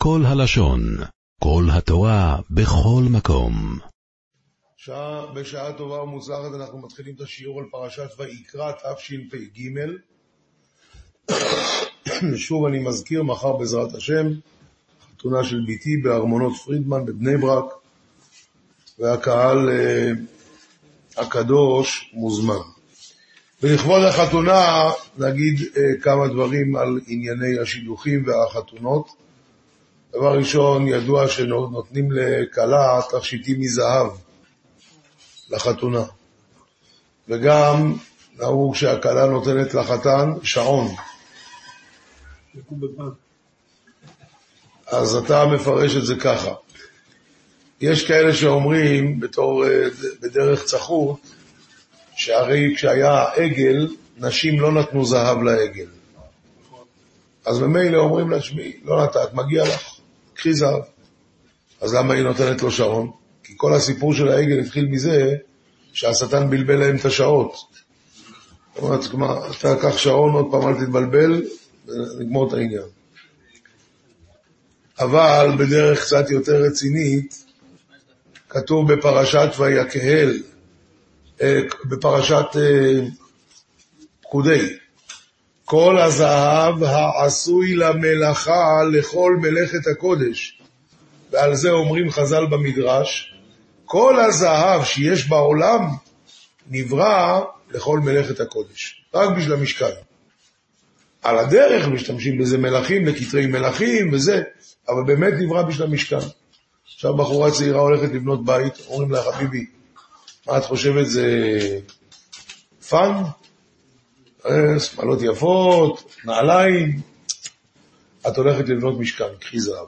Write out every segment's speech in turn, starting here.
כל הלשון, כל התורה, בכל מקום. בשעה טובה ומוצלחת אנחנו מתחילים את השיעור על פרשת ויקרא תשפ"ג. שוב אני מזכיר, מחר בעזרת השם, חתונה של ביתי בארמונות פרידמן בבני ברק, והקהל הקדוש מוזמן. ולכבוד החתונה נגיד כמה דברים על ענייני השידוכים והחתונות. דבר ראשון, ידוע שנותנים לקלה תכשיטים מזהב לחתונה, וגם נהוג שהקלה נותנת לחתן שעון. אז אתה מפרש את זה ככה. יש כאלה שאומרים בדרך צחות שהרי כשהיה עגל נשים לא נתנו זהב לעגל, אז במילא אומרים לה שמי לא נתת, מגיע לך, קחי זהב. אז למה היא נותנת לו שעון? כי כל הסיפור של העגל התחיל מזה שהשטן בלבל להם את השעות. זאת אומרת, אתה קח שעון, עוד פעם אל תתבלבל, ונגמור את העניין. אבל בדרך קצת יותר רצינית, כתוב בפרשת ויקהל, בפרשת פקודי, כל הזהב העשוי למלאכה לכל מלאכת הקודש. ועל זה אומרים חז"ל במדרש, כל הזהב שיש בעולם נברא לכל מלאכת הקודש, רק בשביל המשכן. על הדרך משתמשים בזה מלאכים, לכתרי מלאכים וזה, אבל באמת נברא בשביל המשכן. עכשיו בחורה צעירה הולכת לבנות בית, אומרים לה, חביבי, מה את חושבת, זה פן? שמלות יפות, נעליים? את הולכת לבנות משכן, קחי זהב.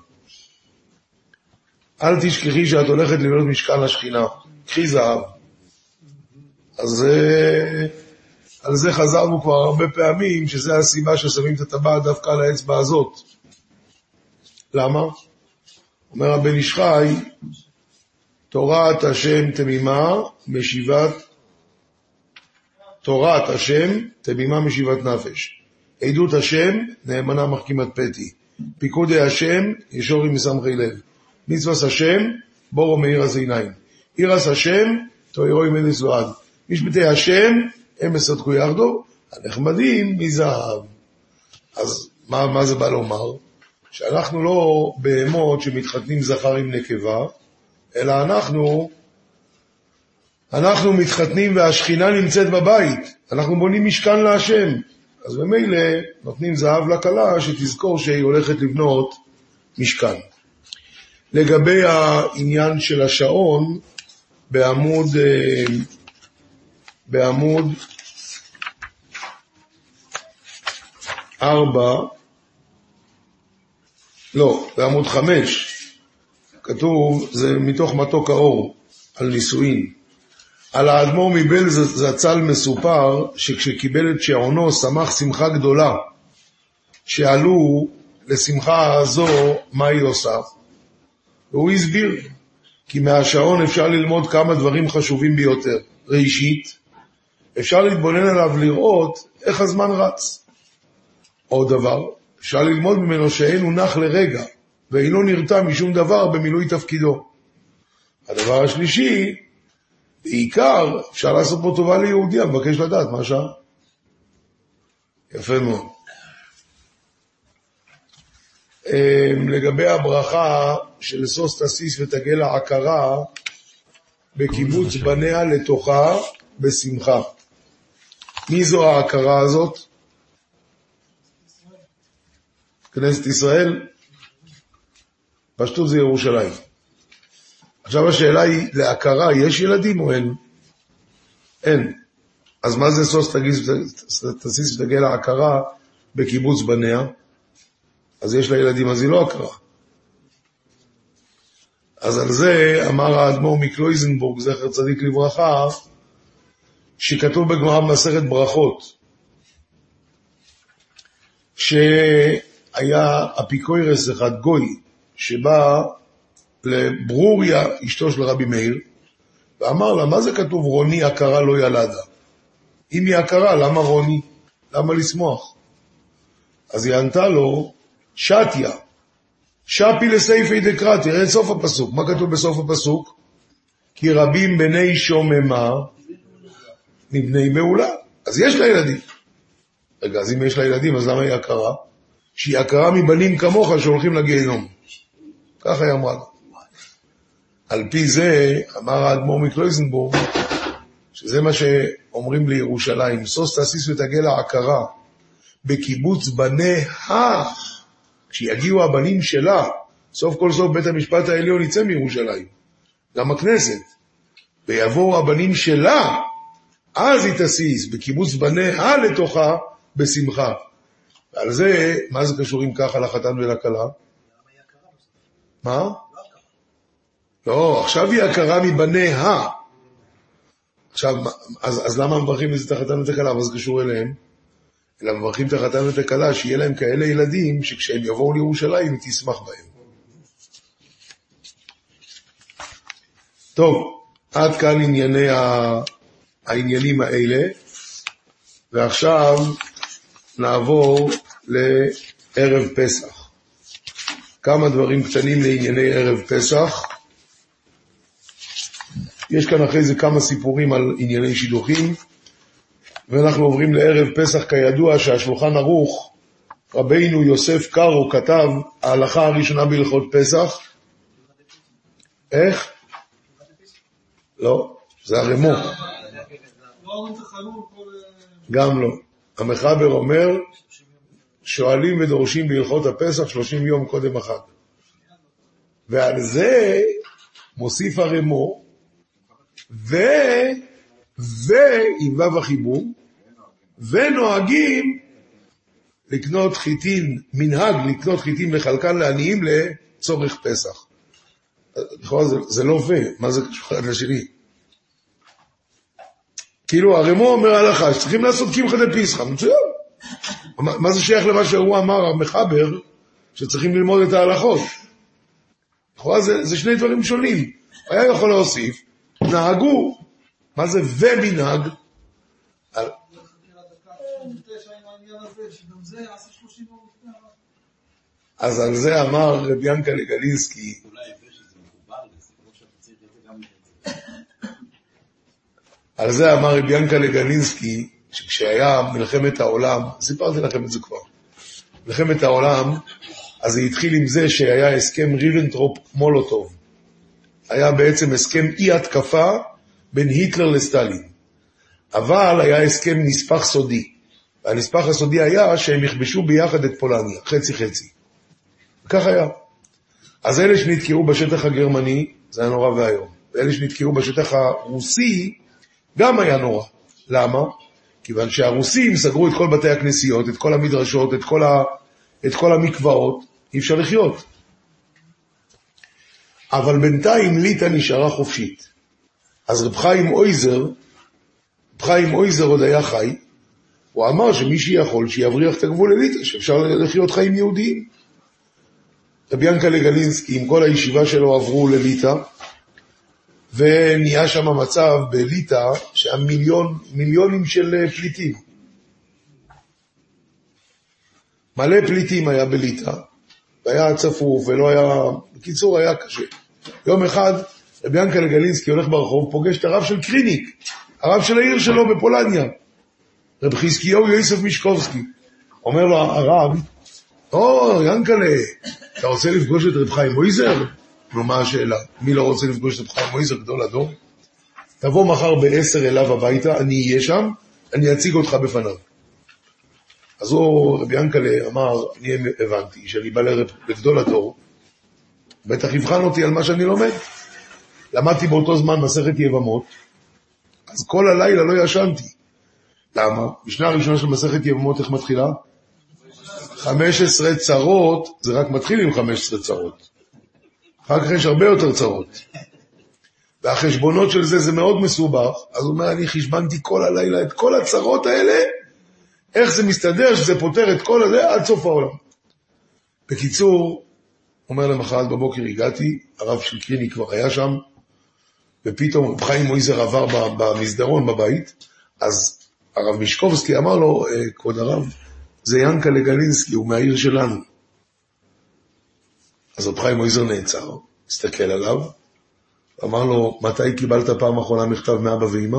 אל תשכחי שאת הולכת לבנות משכן לשכינה, קחי זהב. אז על זה חזרנו כבר הרבה פעמים, שזה הסיבה ששמים את הטבעת דווקא על האצבע הזאת. למה? אומר הבן איש חי, תורת השם תמימה משיבת, תורת השם תמימה משיבת נפש. עדות השם נאמנה מחכימת פתי. פיקודי השם ישורי מסמכי לב. מצווה השם בורו מאירס עיניים. אירס השם תוירוי מדס ועד. משפטי השם הם מסדקו יחדו, הנחמדים מזהב. אז מה זה בא לומר? שאנחנו לא בהמות שמתחתנים זכר עם נקבה, אלא אנחנו מתחתנים והשכינה נמצאת בבית. אנחנו בונים משכן להשם. אז במילא נותנים זהב לכלה שתזכור שהיא הולכת לבנות משכן. לגבי העניין של השעון, בעמוד 4, לא, בעמוד 5, כתוב, זה מתוך מתוק האור, על נישואין. על האדמו"ר מבעלז זצ"ל מסופר שכשקיבל את שעונו שמח שמחה גדולה. שאלו לשמחה הזו מה היא עושה? והוא הסביר, כי מהשעון אפשר ללמוד כמה דברים חשובים ביותר. ראשית, אפשר להתבונן עליו לראות איך הזמן רץ. עוד דבר, אפשר ללמוד ממנו שאין הוא נח לרגע, ואינו נרתע משום דבר במילוי תפקידו. הדבר השלישי, בעיקר אפשר לעשות בו טובה ליהודי, המבקש לדעת מה השעה. יפה מאוד. לגבי הברכה של סוס תסיס ותגל העקרה בקיבוץ בניה לתוכה בשמחה. מי זו העקרה הזאת? כנסת ישראל? פשטות זה ירושלים. עכשיו השאלה היא, להכרה יש ילדים או אין? אין. אז מה זה סוס תסיס ותגל העקרה בקיבוץ בניה? אז יש לה ילדים, אז היא לא הכרה. אז על זה אמר האדמו"ר מקלויזנבורג, זכר צדיק לברכה, שכתוב בגמרא במסכת ברכות, שהיה אפיקוירס אחד גוי, שבא לברוריה, אשתו של רבי מאיר, ואמר לה, מה זה כתוב רוני הכרה לא ילדה? אם היא הכרה, למה רוני? למה לשמוח? אז היא ענתה לו, שתיה. שפי לסייפי דקרא, תראה את סוף הפסוק. מה כתוב בסוף הפסוק? כי רבים בני שוממה מבני מעולה. אז יש לה ילדים. רגע, אז אם יש לה ילדים, אז למה היא הכרה? שהיא הכרה מבנים כמוך שהולכים לגיהנום. ככה היא אמרה לה. על פי זה, אמר האדמו"ר מקלויזנבורג, שזה מה שאומרים לירושלים, סוס תסיס ותגל ההכרה בקיבוץ בניה, כשיגיעו הבנים שלה, סוף כל סוף בית המשפט העליון יצא מירושלים, גם הכנסת, ויבואו הבנים שלה, אז היא תסיס בקיבוץ בניה לתוכה בשמחה. ועל זה, מה זה קשור עם ככה לחתן ולכלה? מה? לא, עכשיו היא הכרה מבניה. עכשיו, אז למה מברכים את החתן ואת הכלה? מה זה קשור אליהם? אלא מברכים את החתן ואת הכלה, שיהיה להם כאלה ילדים, שכשהם יבואו לירושלים, היא תשמח בהם. טוב, עד כאן העניינים האלה, ועכשיו נעבור לערב פסח. כמה דברים קטנים לענייני ערב פסח. יש כאן אחרי זה כמה סיפורים על ענייני שידוכים, ואנחנו עוברים לערב פסח. כידוע שהשולחן ערוך, רבינו יוסף קארו כתב ההלכה הראשונה בהלכות פסח. איך? לא, זה הרמו. גם לא. המחבר אומר, שואלים ודורשים בהלכות הפסח 30 יום קודם החג. ועל זה מוסיף הרמו, עם וו החיבור, ונוהגים לקנות חיטין, מנהג לקנות חיטין לחלקן לעניים לצורך פסח. זה לא מה זה קשור לשני? כאילו הרמו אומר הלכה, שצריכים לעשות קמחא דפסחא, מצוין. מה זה שייך למה שהוא אמר, המחבר, שצריכים ללמוד את ההלכות? זה שני דברים שונים. היה יכול להוסיף, נהגו, מה זה ומנהג? אז על זה אמר רבי ינקלה גלינסקי, על זה אמר רבי ינקלה גלינסקי, שכשהיה מלחמת העולם, סיפרתי לכם את זה כבר, מלחמת העולם, אז זה התחיל עם זה שהיה הסכם ריבנטרופ מולוטוב. היה בעצם הסכם אי התקפה בין היטלר לסטלין. אבל היה הסכם נספח סודי. והנספח הסודי היה שהם יכבשו ביחד את פולניה, חצי חצי. וכך היה. אז אלה שנתקעו בשטח הגרמני, זה היה נורא והיום. ואלה שנתקעו בשטח הרוסי, גם היה נורא. למה? כיוון שהרוסים סגרו את כל בתי הכנסיות, את כל המדרשות, את כל המקוואות, אי אפשר לחיות. אבל בינתיים ליטא נשארה חופשית. אז רב חיים אויזר עוד היה חי, הוא אמר שמי שיכול שיבריח את הגבול לליטא, שאפשר לחיות חיים יהודיים. רבי ינקלה גלינסקי עם כל הישיבה שלו עברו לליטא, ונהיה שם מצב בליטא שהיה מיליונים של פליטים. מלא פליטים היה בליטא, והיה צפוף ולא היה, בקיצור היה קשה. יום אחד רבי ינקלה גלינסקי הולך ברחוב, פוגש את הרב של קריניק, הרב של העיר שלו בפולניה, רב חזקיהו יוסף מישקובסקי. אומר לו הרב, ינקלה, אתה רוצה לפגוש את רב חיים אויזר? נו, מה השאלה? מי לא רוצה לפגוש את רב חיים אויזר, גדול הדור? תבוא מחר ב10 אליו הביתה, אני אהיה שם, אני אציג אותך בפניו. אז הוא, רבי ינקלה אמר, אני הבנתי שאני בא לגדול הדור, בטח יבחן אותי על מה שאני לומד. למדתי באותו זמן מסכת יבמות, אז כל הלילה לא ישנתי. למה? בשנה הראשונה של מסכת יבמות איך מתחילה? 15 צרות, זה רק מתחיל עם 15 צרות. אחר כך יש הרבה יותר צרות. והחשבונות של זה מאוד מסובך, אז הוא אומר, אני חשבנתי כל הלילה את כל הצרות האלה, איך זה מסתדר שזה פותר את כל הזה עד סוף העולם. בקיצור, אומר למחרת בבוקר הגעתי, הרב של קריני כבר היה שם, ופתאום חיים אויזר עבר במסדרון בבית, אז הרב מישקובסקי אמר לו, כבוד הרב, זה ינקלה גלינסקי, הוא מהעיר שלנו. אז רב חיים מויזר נעצר, הסתכל עליו, אמר לו, מתי קיבלת פעם אחרונה מכתב מאבא ואמא?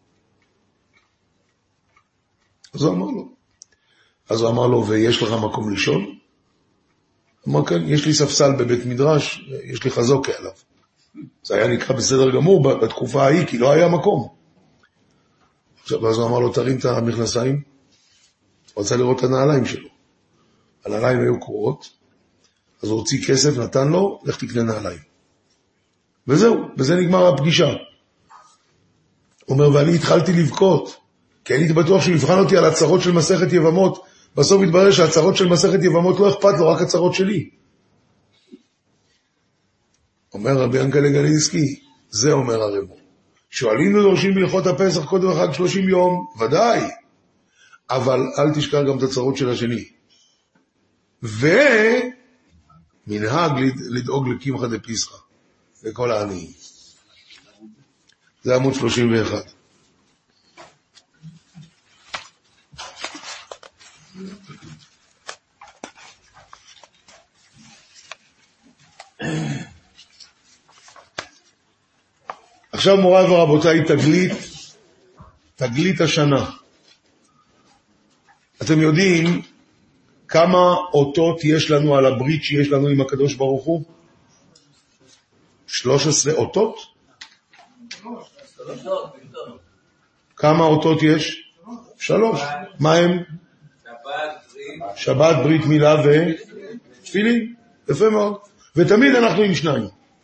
אז הוא אמר לו, ויש לך מקום לישון? אמר, כן, יש לי ספסל בבית מדרש, יש לי חזוקה עליו. זה היה נקרא בסדר גמור בתקופה ההיא, כי לא היה מקום. ואז הוא אמר לו, תרים את המכנסיים. הוא רצה לראות את הנעליים שלו. הנעליים היו קרועות, אז הוא הוציא כסף, נתן לו, לך תקנה נעליים. וזהו, בזה נגמר הפגישה. הוא אומר, ואני התחלתי לבכות, כי אני בטוח שהוא יבחן אותי על הצרות של מסכת יבמות. בסוף התברר שהצרות של מסכת יבמות לא אכפת לו, רק הצרות שלי. אומר רבי ינקלה גלינסקי, זה אומר הרב. שואלים ודורשים בהלכות הפסח קודם החג 30 יום, ודאי, אבל אל תשכח גם את הצרות של השני. ומנהג לדאוג לקמחא דפסחא, לכל העניים. זה עמוד 31. עכשיו מוריי ורבותיי, תגלית השנה. אתם יודעים כמה אותות יש לנו על הברית שיש לנו עם הקדוש ברוך הוא? 13 אותות? כמה אותות יש? 3. מה הם? שבת, ברית מילה ותפילין. יפה מאוד. ותמיד אנחנו עם 2.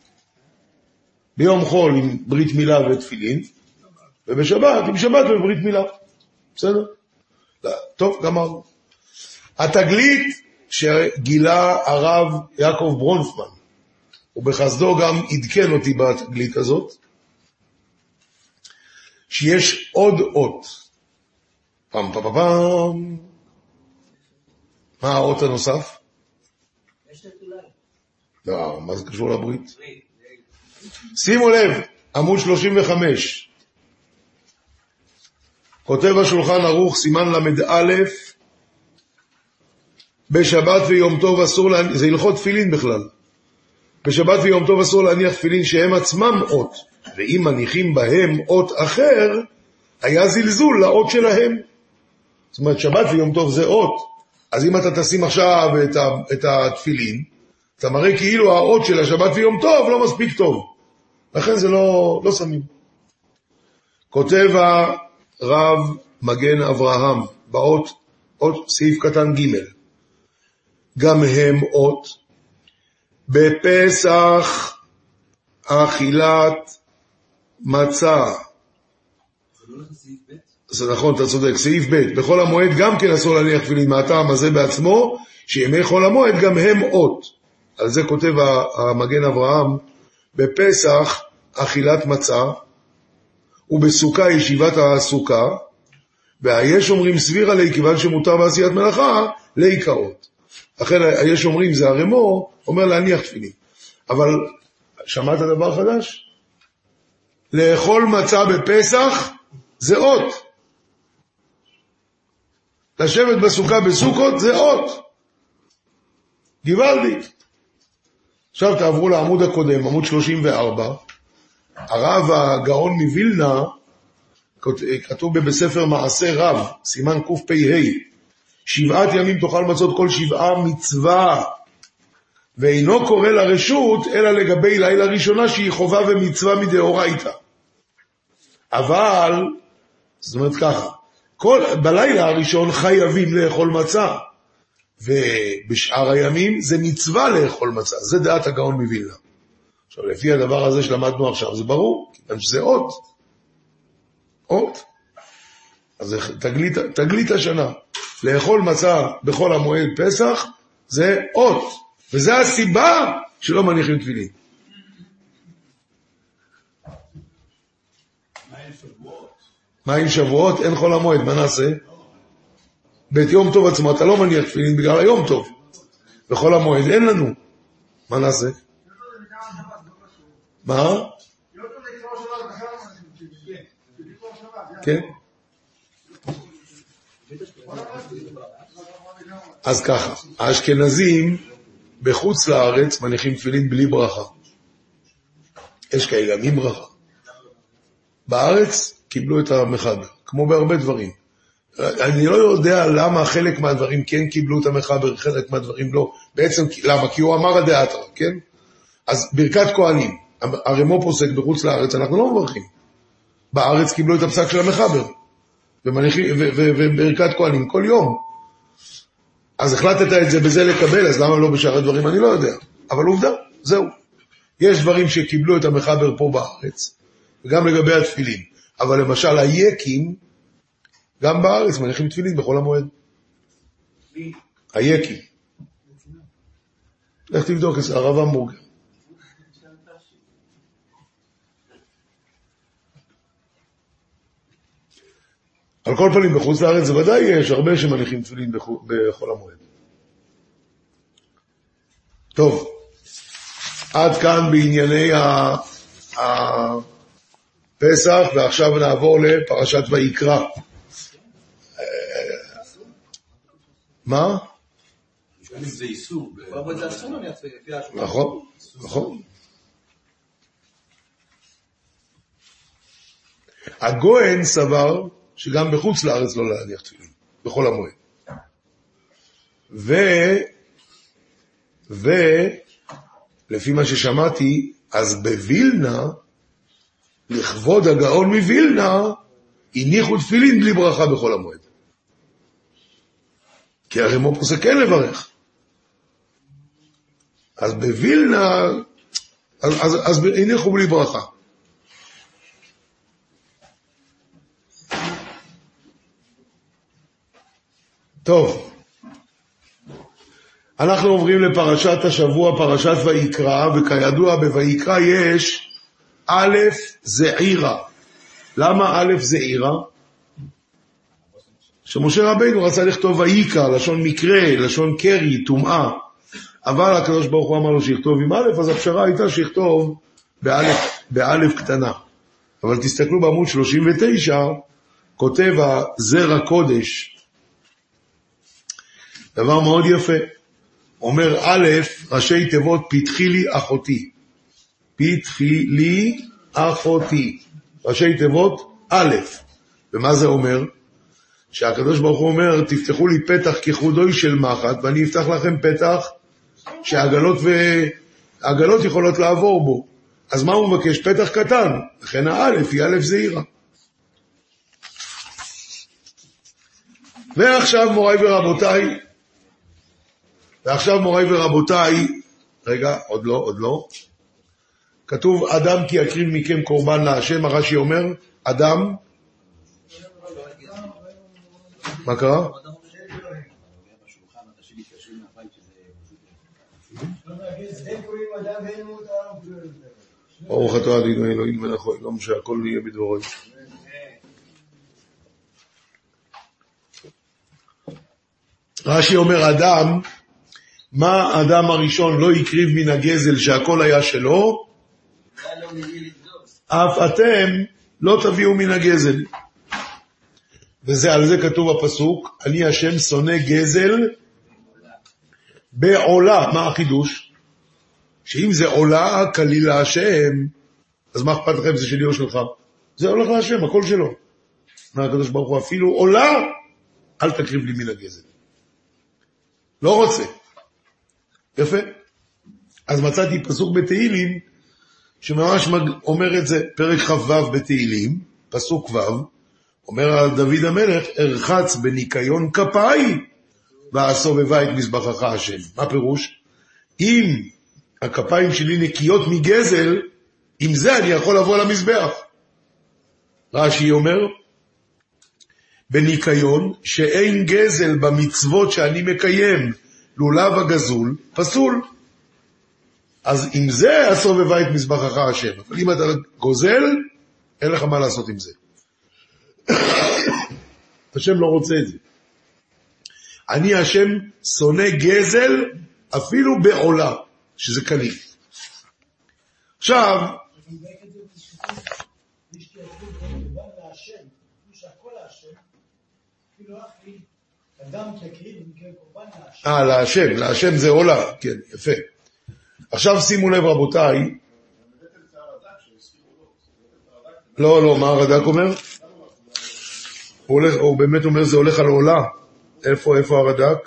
ביום חול עם ברית מילה ותפילין, ובשבת עם שבת וברית מילה. בסדר? טוב, גמרנו. התגלית שגילה הרב יעקב ברונפמן, ובחסדו גם עדכן אותי בתגלית הזאת, שיש עוד אות. פם פם פם. מה האות הנוסף? לא, מה זה קשור לברית? שימו לב, עמוד 35. כותב השולחן ערוך, סימן למד א', בשבת ויום טוב אסור להניח, זה הלכות תפילין בכלל. בשבת ויום טוב אסור להניח תפילין שהם עצמם אות, ואם מניחים בהם אות אחר, היה זלזול לאות שלהם. זאת אומרת, שבת ויום טוב זה אות, אז אם אתה תשים עכשיו את התפילין, אתה מראה כאילו האות של השבת ויום טוב לא מספיק טוב. לכן זה לא שמים. כותב הרב מגן אברהם, באות, סעיף קטן ג', גם הם אות, בפסח אכילת מצה. זה נכון, אתה צודק, סעיף ב', בכל המועד גם כן אסור להניח תפילין מהטעם הזה בעצמו, שימי חול המועד גם הם אות. על זה כותב המגן אברהם, בפסח אכילת מצה, ובסוכה ישיבת הסוכה, והיש אומרים סבירה לי, כיוון שמותר בעשיית מלאכה, להיקאות. לכן היש אומרים, זה הרמו, אומר להניח תפילין. אבל שמעת דבר חדש? לאכול מצה בפסח זה אות. לשבת בסוכה בסוכות זה אות. גוואלדי. עכשיו תעברו לעמוד הקודם, עמוד 34. הרב הגאון מווילנה, כתוב בספר מעשה רב, סימן קפ"ה, 7 ימים תאכל מצות כל 7 מצווה, ואינו קורא לרשות אלא לגבי לילה ראשונה שהיא חובה ומצווה מדאורייתא. אבל, זאת אומרת ככה, בלילה הראשון חייבים לאכול מצה, ובשאר הימים זה מצווה לאכול מצה. זה דעת הגאון מווילנה. עכשיו, לפי הדבר הזה שלמדנו עכשיו, זה ברור, כיוון שזה אות. אות. אז זה תגלית השנה. לאכול מצה בכל המועד פסח, זה אות. וזה הסיבה שלא מניחים תפילין. מה עם שבועות? אין חול המועד, מה נעשה? בית יום טוב עצמו, אתה לא מניח תפילין בגלל היום טוב. בכל המועד אין לנו. מה נעשה? מה? כן. אז ככה, האשכנזים בחוץ לארץ מניחים תפילין בלי ברכה. יש כאלה גם עם ברכה. בארץ קיבלו את המחבר, כמו בהרבה דברים. אני לא יודע למה חלק מהדברים כן קיבלו את המחבר, חלק מהדברים לא. בעצם, למה? כי הוא אמר הדעתר, כן? אז ברכת כהנים, הרמו פוסק בחוץ לארץ, אנחנו לא מברכים. בארץ קיבלו את הפסק של המחבר, וברכת כהנים כל יום. אז החלטת את זה בזה לקבל, אז למה לא בשאר הדברים? אני לא יודע. אבל עובדה, זהו. יש דברים שקיבלו את המחבר פה בארץ, וגם לגבי התפילין. אבל למשל היקים, גם בארץ מניחים תפילין בכל המועד. היקים. לך תבדוק את הרב המבורגר. על כל פנים בחוץ לארץ זה ודאי יש הרבה שמניחים תפילין בכל המועד. טוב, עד כאן בענייני הפסח, ועכשיו נעבור לפרשת ויקרא. מה? זה איסור. נכון, נכון. הגוהן סבר שגם בחוץ לארץ לא להניח תפילין, בכל המועד. ולפי מה ששמעתי, אז בווילנה, לכבוד הגאון מווילנה, הניחו תפילין בלי ברכה בכל המועד. כי הרי מו פוסק כן לברך. אז בווילנה, אז הניחו בלי ברכה. טוב, אנחנו עוברים לפרשת השבוע, פרשת ויקרא, וכידוע בויקרא יש א' זעירה. למה א' זעירה? שמשה רבינו רצה לכתוב ויקרא, לשון מקרה, לשון קרי, טומאה, אבל הקדוש ברוך הוא אמר לו שיכתוב עם א', אז הפשרה הייתה שיכתוב באלף קטנה. אבל תסתכלו בעמוד 39, כותב הזרע קודש, דבר מאוד יפה. אומר א', ראשי תיבות, פתחי לי אחותי. פתחי לי אחותי. ראשי תיבות, א'. ומה זה אומר? שהקדוש ברוך הוא אומר, תפתחו לי פתח כחודוי של מחט, ואני אפתח לכם פתח שהעגלות יכולות לעבור בו. אז מה הוא מבקש? פתח קטן. לכן האלף היא א' זעירה. ועכשיו מוריי ורבותיי, רגע, עוד לא. כתוב, אדם כי יקריב מכם קורבן להשם, הרש"י אומר, אדם, מה קרה? ברוך אתה אדינו אלוהים מלך העולם שהכל יהיה בדברו. רש"י אומר, אדם, מה האדם הראשון לא יקריב מן הגזל שהכל היה שלו? אף אתם לא תביאו מן הגזל. ועל זה כתוב הפסוק, אני השם שונא גזל בעולה. מה החידוש? שאם זה עולה כליל להשם, אז מה אכפת לכם, זה שלי או שלך? זה הולך להשם, הכל שלו. מה הקדוש ברוך הוא, אפילו עולה, אל תקריב לי מן הגזל. לא רוצה. יפה. אז מצאתי פסוק בתהילים, שממש אומר את זה, פרק כ"ו בתהילים, פסוק ו', אומר על דוד המלך, ארחץ בניקיון כפיי, ואסובבה את מזבחך השם. מה פירוש? אם הכפיים שלי נקיות מגזל, עם זה אני יכול לבוא למזבח. רש"י אומר, בניקיון שאין גזל במצוות שאני מקיים, לולב הגזול, פסול. אז עם זה אסובבה את מזבחך השם. אבל אם אתה גוזל, אין לך מה לעשות עם זה. השם לא רוצה את זה. אני השם שונא גזל אפילו בעולה, שזה כליל. עכשיו, אדם יקריב מקרה קורבן להשם, להשם זה עולה, כן, יפה. עכשיו שימו לב רבותיי, לא, מה הרד"ק אומר? הוא באמת אומר זה הולך על עולה. איפה הרד"ק?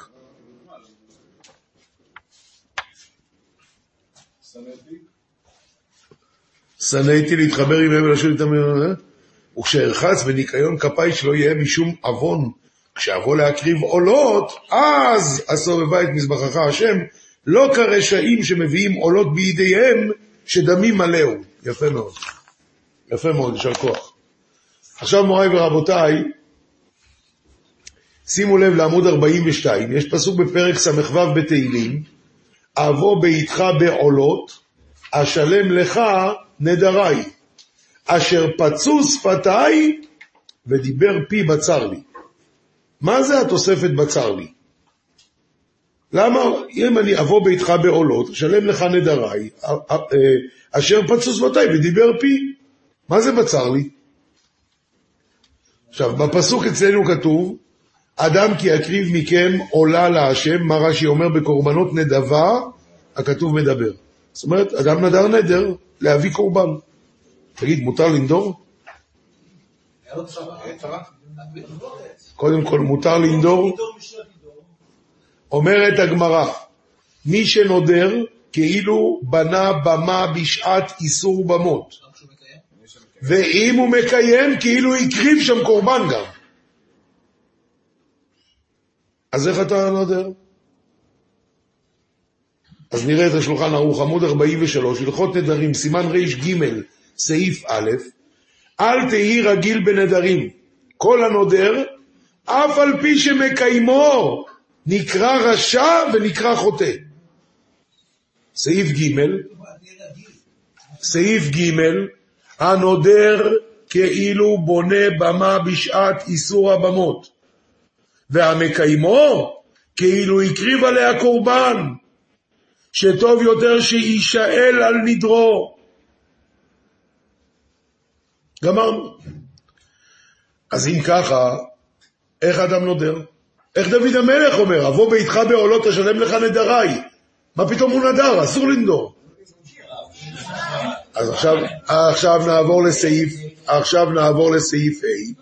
שנאתי להתחבר עם הבל אשר איתם, וכשארחץ בניקיון כפיי שלא יהיה משום עוון, כשאבוא להקריב עולות, אז הסובבה את מזבחך השם, לא כרשעים שמביאים עולות בידיהם, שדמים מלאו. יפה מאוד. יפה מאוד, ישר כוח. עכשיו מוריי ורבותיי, שימו לב לעמוד 42, יש פסוק בפרק סמ"ו בתהילים, אבוא ביתך בעולות, אשלם לך נדריי, אשר פצו שפתיי ודיבר פי בצר לי. מה זה התוספת בצר לי? למה אם אני אבוא ביתך בעולות, אשלם לך נדריי, אשר פצו שפתיי ודיבר פי? מה זה בצר לי? עכשיו, בפסוק אצלנו כתוב, אדם כי יקריב מכם עולה להשם, מה רש"י אומר בקורבנות נדבה, הכתוב מדבר. זאת אומרת, אדם נדר נדר להביא קורבן. תגיד, מותר לנדור? קודם כל, מותר לנדור? אומרת הגמרא, מי שנודר כאילו בנה במה בשעת איסור במות. ואם הוא מקיים, כאילו יקריב שם קורבן גם. אז איך אתה נודר? אז נראה את השולחן ערוך, עמוד 43, הלכות נדרים, סימן ריש ג' סעיף א', אל תהי רגיל בנדרים, כל הנודר, אף על פי שמקיימו, נקרא רשע ונקרא חוטא. סעיף ג' הנודר כאילו בונה במה בשעת איסור הבמות, והמקיימו כאילו הקריב עליה קורבן, שטוב יותר שישאל על נדרו. גמרנו. אז אם ככה, איך אדם נודר? איך דוד המלך אומר, אבוא ביתך בעולות אשלם לך נדריי. מה פתאום הוא נדר? אסור לנדור. אז עכשיו נעבור לסעיף A.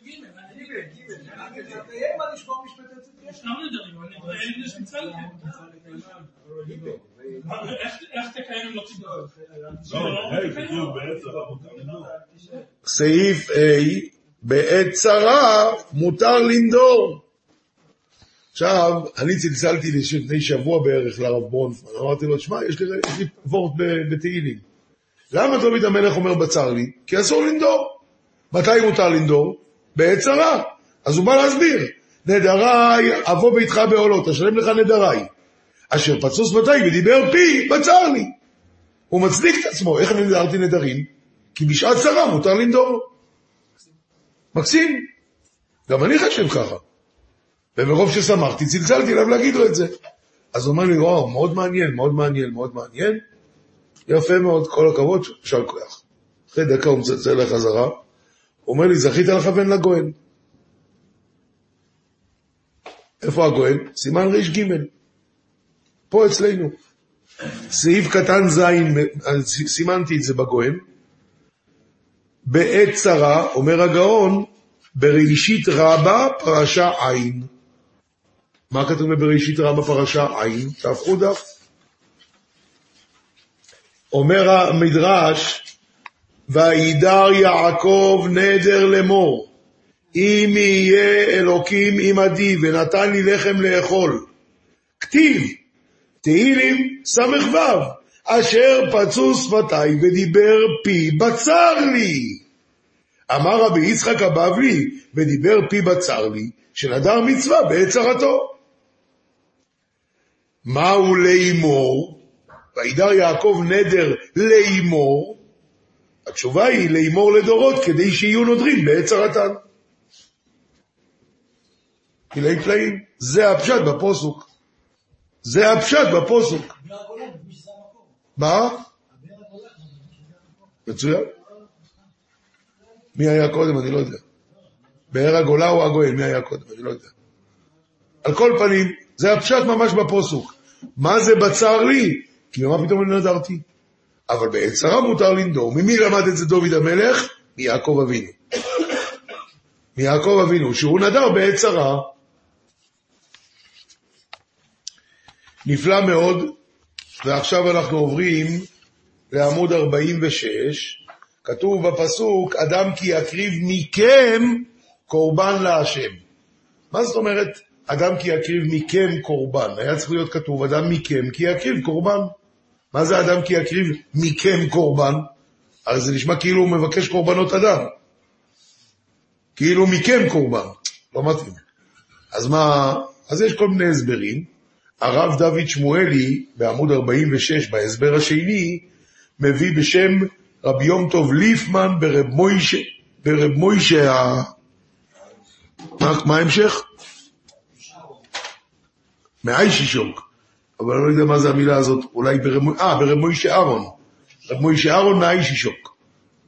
סעיף A, בעת צרה מותר לנדור. עכשיו, אני צלצלתי לפני שבוע בערך לרב ברונפמן, אמרתי לו, שמע, יש לי וורט בתהילים. למה דוד המלך אומר בצר לי? כי אסור לנדור. מתי מותר לנדור? בעת צרה. אז הוא בא להסביר, נדריי, אבוא ביתך בעולות, אשלם לך נדריי. אשר פצו שפתיי ודיבר פי, בצר לי. הוא מצדיק את עצמו, איך אני נדרתי נדרים? כי בשעת צרה מותר לנדור. מקסים. גם אני חושב ככה. ומרוב ששמחתי, צלצלתי אליו להגיד לו את זה. אז הוא אומר לי, וואו, מאוד מעניין, מאוד מעניין, מאוד מעניין. יפה מאוד, כל הכבוד, שאל כוח. אחרי דקה הוא מצלצל לחזרה. הוא אומר לי, זכית לכוון לגוהן. איפה הגוהן? סימן ריש ג' פה אצלנו. סעיף קטן זין, סימנתי את זה בגוהן. בעת צרה, אומר הגאון, בראשית רבה פרשה עין. מה כתוב בראשית רבה פרשה עין? תהפכו דף. אומר המדרש, וידר יעקב נדר לאמור, אם יהיה אלוקים עמדי ונתן לי לחם לאכול. כתיב, תהילים סמ"ו, אשר פצו שפתיי ודיבר פי בצר לי. אמר רבי יצחק הבבלי, ודיבר פי בצר לי, שנדר מצווה בעת צרתו. מהו לאמור? וידר יעקב נדר לאמור. התשובה היא לאמור לדורות, כדי שיהיו נודרים בעת צרתן. פלאי פלאים, זה הפשט בפוסוק. זה הפשט בפוסוק. מה? מצוין. מי היה קודם? אני לא יודע. באר הגולה או הגוהן? מי היה קודם? אני לא יודע. על כל פנים, זה הפשט ממש בפוסוק. מה זה בצר לי? כי מה פתאום אני נדרתי? אבל בעת צרה מותר לנדור. ממי למד את זה דוד המלך? מיעקב אבינו. מיעקב אבינו, שהוא נדר בעת צרה. נפלא מאוד, ועכשיו אנחנו עוברים לעמוד 46, כתוב בפסוק, אדם כי יקריב מכם קורבן להשם. מה זאת אומרת, אדם כי יקריב מכם קורבן? היה צריך להיות כתוב, אדם מכם כי יקריב קורבן. מה זה אדם כי יקריב מכם קורבן? הרי זה נשמע כאילו הוא מבקש קורבנות אדם. כאילו מכם קורבן. לא מתאים. אז מה? אז יש כל מיני הסברים. הרב דוד שמואלי, בעמוד 46, בהסבר השני, מביא בשם רבי יום טוב ליפמן ברב מוישה, מה ההמשך? מהאישישוק. אבל אני לא יודע מה זה המילה הזאת, אולי ברב מוישה אהרון. רב מוישה אהרון מהאישישוק.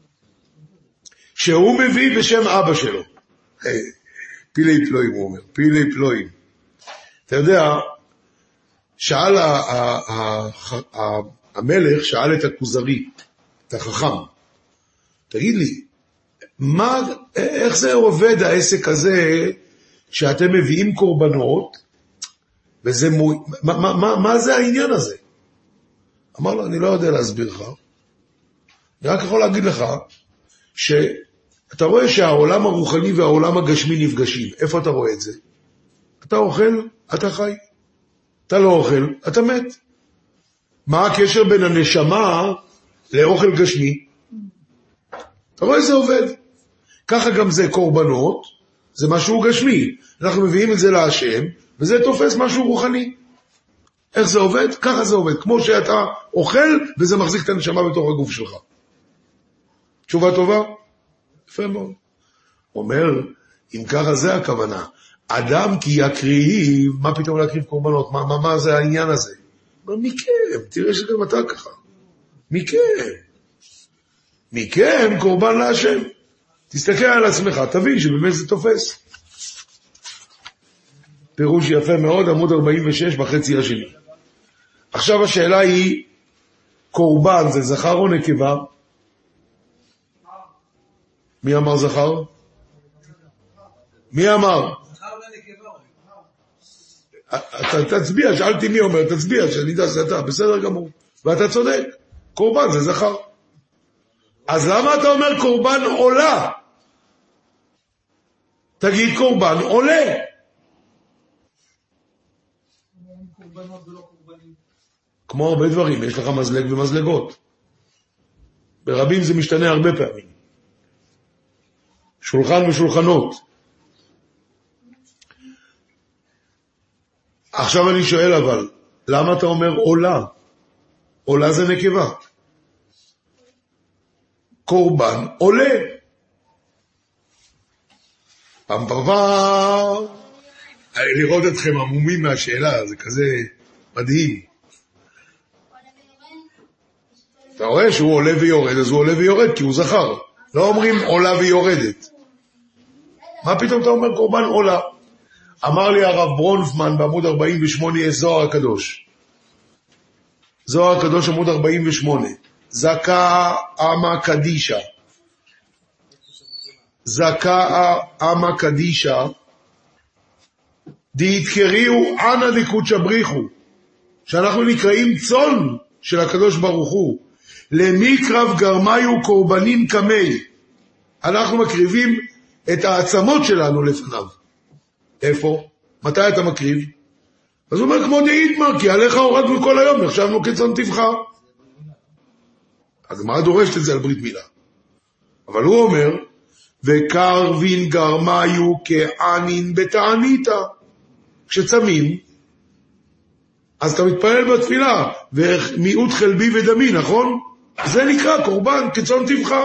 שהוא מביא בשם אבא שלו. פילי פלואים, הוא אומר, פילי פלואים. אתה יודע, שאל המלך, שאל את הכוזרי, את החכם, תגיד לי, איך זה עובד העסק הזה, שאתם מביאים קורבנות, וזה מה זה העניין הזה? אמר לו, אני לא יודע להסביר לך, אני רק יכול להגיד לך, שאתה רואה שהעולם הרוחני והעולם הגשמי נפגשים, איפה אתה רואה את זה? אתה אוכל, אתה חי. אתה לא אוכל, אתה מת. מה הקשר בין הנשמה לאוכל גשמי? אתה רואה זה עובד. ככה גם זה קורבנות, זה משהו גשמי. אנחנו מביאים את זה להשם, וזה תופס משהו רוחני. איך זה עובד? ככה זה עובד. כמו שאתה אוכל, וזה מחזיק את הנשמה בתוך הגוף שלך. תשובה טובה? יפה מאוד. אומר, אם ככה זה הכוונה, אדם כי יקריב, מה פתאום להקריב קורבנות? מה זה העניין הזה? מכם, תראה שגם אתה ככה. מכם קורבן להשם. תסתכל על עצמך, תבין שבאמת זה תופס. פירוש יפה מאוד, עמוד 46 בחצי השני. עכשיו השאלה היא, קורבן זה זכר או נקבה? מי אמר זכר? מי אמר? אתה תצביע, שאלתי מי אומר, תצביע, שאני יודע שאתה, בסדר גמור. ואתה צודק, קורבן זה זכר. אז למה אתה אומר קורבן עולה? תגיד קורבן עולה. כמו הרבה דברים, יש לך מזלג ומזלגות. ברבים זה משתנה הרבה פעמים. שולחן ושולחנות. עכשיו אני שואל אבל, למה אתה אומר עולה? עולה זה נקבה. קורבן עולה. פמפרפר. לראות אתכם עמומים מהשאלה, זה כזה מדהים. אתה רואה שהוא עולה ויורד, אז הוא עולה ויורד כי הוא זכר. לא אומרים עולה ויורדת. מה פתאום אתה אומר קורבן עולה? אמר לי הרב ברונפמן בעמוד 48 יש זוהר הקדוש. זוהר הקדוש עמוד 48. זכה אמה קדישה. זכה אמה קדישה. דיתקריהו אנא לקודשא בריחו. שאנחנו נקראים צאן של הקדוש ברוך הוא. למקרב גרמיו קורבנים קמי. אנחנו מקריבים את העצמות שלנו לפניו. איפה? מתי אתה מקריב? אז הוא אומר כמו דאיתמר, כי עליך הורדנו כל היום, נחשבנו כצאן תבחר. אז מה דורשת את זה על ברית מילה? אבל הוא אומר, וקרבין גרמיו כענין בתעניתא. כשצמים, אז אתה מתפלל בתפילה, ומיעוט חלבי ודמי, נכון? זה נקרא קורבן כצאן תבחר.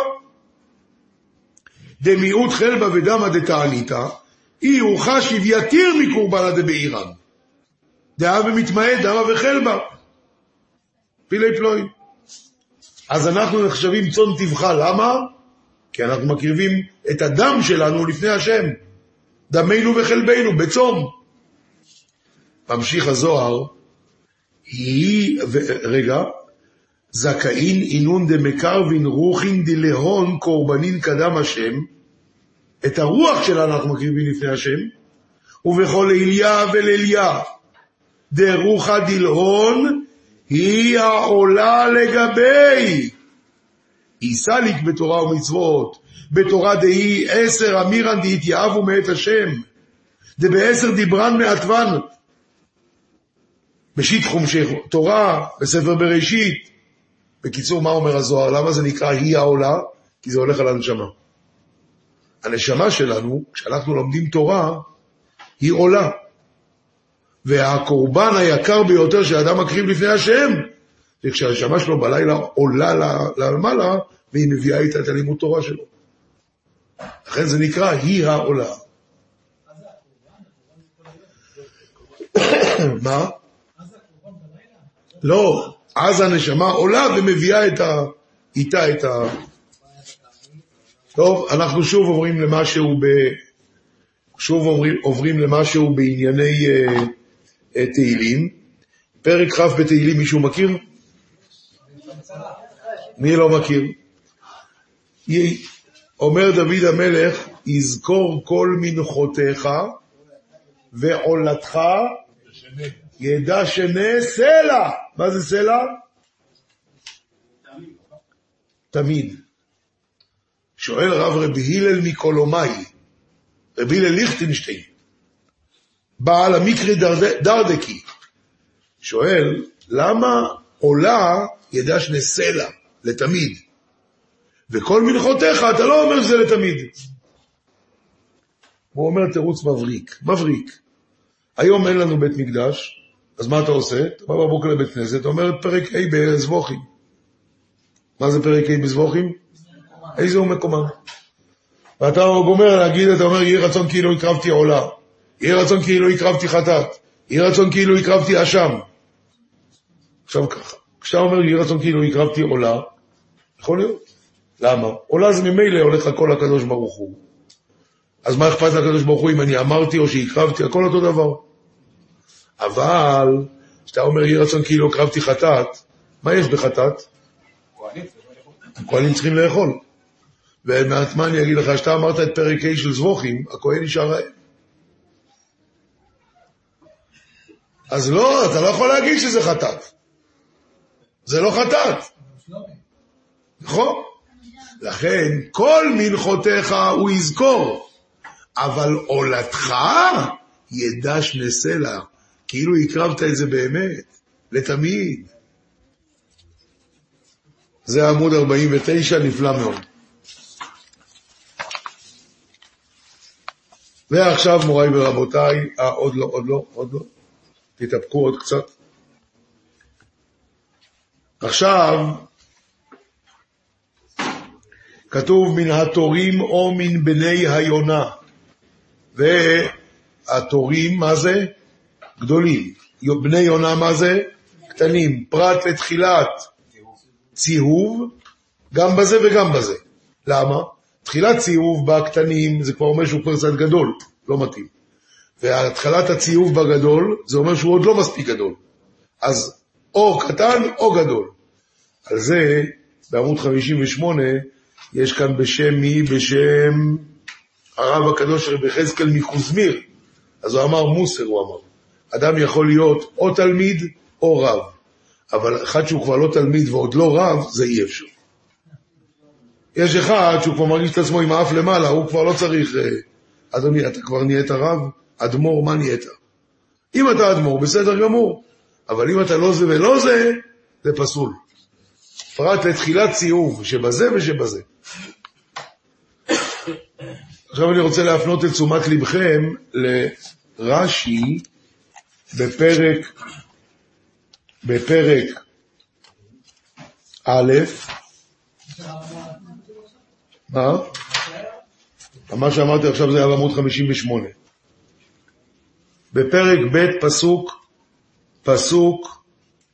דמיעוט חלבה ודמה דתעניתא, אי הוא חשיב יתיר מקורבנה דבעירן. דעה ומתמעט דמה וחלבה. פילי פלואים. אז אנחנו נחשבים צאן תבחר, למה? כי אנחנו מקריבים את הדם שלנו לפני השם. דמנו וחלבנו, בצום. ממשיך הזוהר, רגע, זכאין אינון דמקרבין רוחין דלהון קורבנין קדם השם, את הרוח שלה אנחנו מקריבים לפני השם, ובכל אליה ולליה, דרוחה דלהון, היא העולה לגבי, היא סליק בתורה ומצוות, בתורה דהי 10 אמירן דהתייאבו מאת השם, דב10 דיברן מעטבן, בשיט חומשי תורה, בספר בראשית. בקיצור, מה אומר הזוהר? למה זה נקרא היא העולה? כי זה הולך על הנשמה. הנשמה שלנו, כשאנחנו לומדים תורה, היא עולה. והקורבן היקר ביותר שהאדם מקריב לפני השם, זה כשהנשמה שלו בלילה עולה למעלה, והיא מביאה איתה את הלימוד תורה שלו. לכן זה נקרא היא העולה. מה? לא, אז הנשמה עולה ומביאה איתה את ה... טוב, אנחנו שוב עוברים למשהו בענייני תהילים. פרק כ' בתהילים, מישהו מכיר? מי לא מכיר? אומר דוד המלך, יזכור כל מנחותיך ועולתך ידע שנה סלע. מה זה סלע? תמיד. שואל רב רבי הלל מקולומאי, רבי הלל ליכטנשטיין, בעל המקרי דרדקי, שואל, למה עולה ידע שנה סלע לתמיד? וכל מנחותיך אתה לא אומר שזה לתמיד. הוא אומר תירוץ מבריק. היום אין לנו בית מקדש, אז מה אתה עושה? אתה בא בבוקר לבית כנסת, אתה אומר את פרק A בזבוכים. מה זה פרק A בזבוכים? איזה הוא מקומם. ואתה גומר להגיד, אתה אומר, יהי רצון כאילו הקרבתי עולה, יהי רצון כאילו הקרבתי חטאת, יהי רצון כאילו הקרבתי אשם. עכשיו ככה, כשאתה אומר, יהי רצון כאילו הקרבתי עולה, יכול להיות. למה? עולה זה ממילא הולך הכל לקדוש ברוך הוא. אז מה אכפת לקדוש ברוך הוא אם אני אמרתי או שהקרבתי, הכל אותו דבר. אבל, כשאתה אומר, יהי רצון כאילו הקרבתי חטאת, מה יש בחטאת? הכהנים צריכים לאכול. ומעצמה אני אגיד לך, שאתה אמרת את פרק A של זבוכים, הכהן נשאר רעב. אז לא, אתה לא יכול להגיד שזה חטאת. זה לא חטאת. נכון? לכן, כל מנחותיך הוא יזכור, אבל עולתך ידע שנה סלע, כאילו הקרבת את זה באמת, לתמיד. זה עמוד 49, נפלא מאוד. ועכשיו מוריי ורבותיי, עוד לא, תתאפקו עוד קצת. עכשיו, כתוב מן התורים או מן בני היונה, והתורים מה זה? גדולים. בני יונה מה זה? קטנים. פרט לתחילת ציהוב, גם בזה וגם בזה. למה? תחילת ציהוב בקטנים זה כבר אומר שהוא כבר קצת גדול, לא מתאים. והתחלת הציהוב בגדול זה אומר שהוא עוד לא מספיק גדול. אז או קטן או גדול. על זה בעמוד 58 יש כאן בשם מי? בשם הרב הקדוש רבי יחזקאל מחוזמיר. אז הוא אמר מוסר, הוא אמר. אדם יכול להיות או תלמיד או רב. אבל אחד שהוא כבר לא תלמיד ועוד לא רב, זה אי אפשר. יש אחד שהוא כבר מרגיש את עצמו עם האף למעלה, הוא כבר לא צריך, אדוני, אתה כבר נהיית רב? אדמו"ר, מה נהיית? אם אתה אדמו"ר, בסדר גמור. אבל אם אתה לא זה ולא זה, זה פסול. פרט לתחילת ציוב, שבזה ושבזה. עכשיו אני רוצה להפנות את תשומת לבכם לרש"י בפרק א', מה שאמרתי עכשיו זה היה בעמוד 58. בפרק ב' פסוק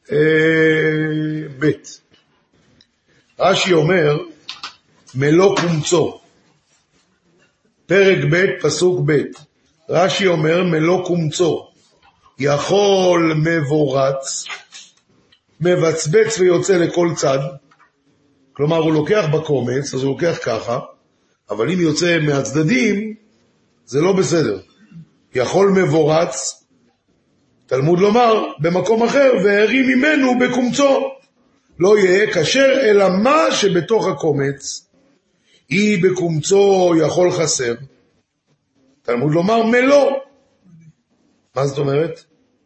ב'. רש"י אומר מלוא קומצו. פרק ב' פסוק ב'. רש"י אומר מלוא קומצו. יכול מבורץ, מבצבץ ויוצא לכל צד, כלומר הוא לוקח בקומץ, אז הוא לוקח ככה, אבל אם יוצא מהצדדים, זה לא בסדר. יכול מבורץ, תלמוד לומר, במקום אחר, והרים ממנו בקומצו. לא יהיה כשר, אלא מה שבתוך הקומץ, היא בקומצו יכול חסר. תלמוד לומר מלוא. מה זאת אומרת?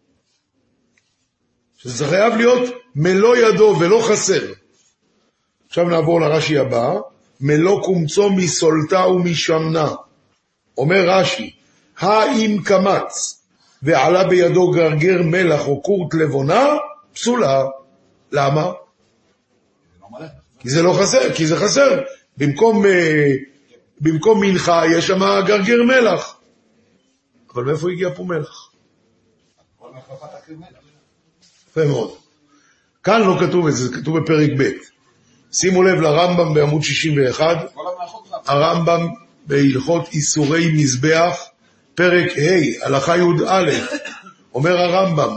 שזה חייב להיות מלוא ידו ולא חסר. עכשיו נעבור לרש"י הבא, מלוא קומצו מסולתה ומשמנה. אומר רש"י, האם קמץ ועלה בידו גרגר מלח או קורט לבונה, פסולה. למה? כי זה לא חסר, כי זה חסר. במקום מנחה יש שם גרגר מלח. אבל מאיפה הגיע פה מלח? יפה מאוד. כאן לא כתוב את זה, זה כתוב בפרק ב'. שימו לב לרמב"ם בעמוד 61, הרמב"ם בהלכות איסורי מזבח, פרק ה', הלכה י"א, אומר הרמב"ם,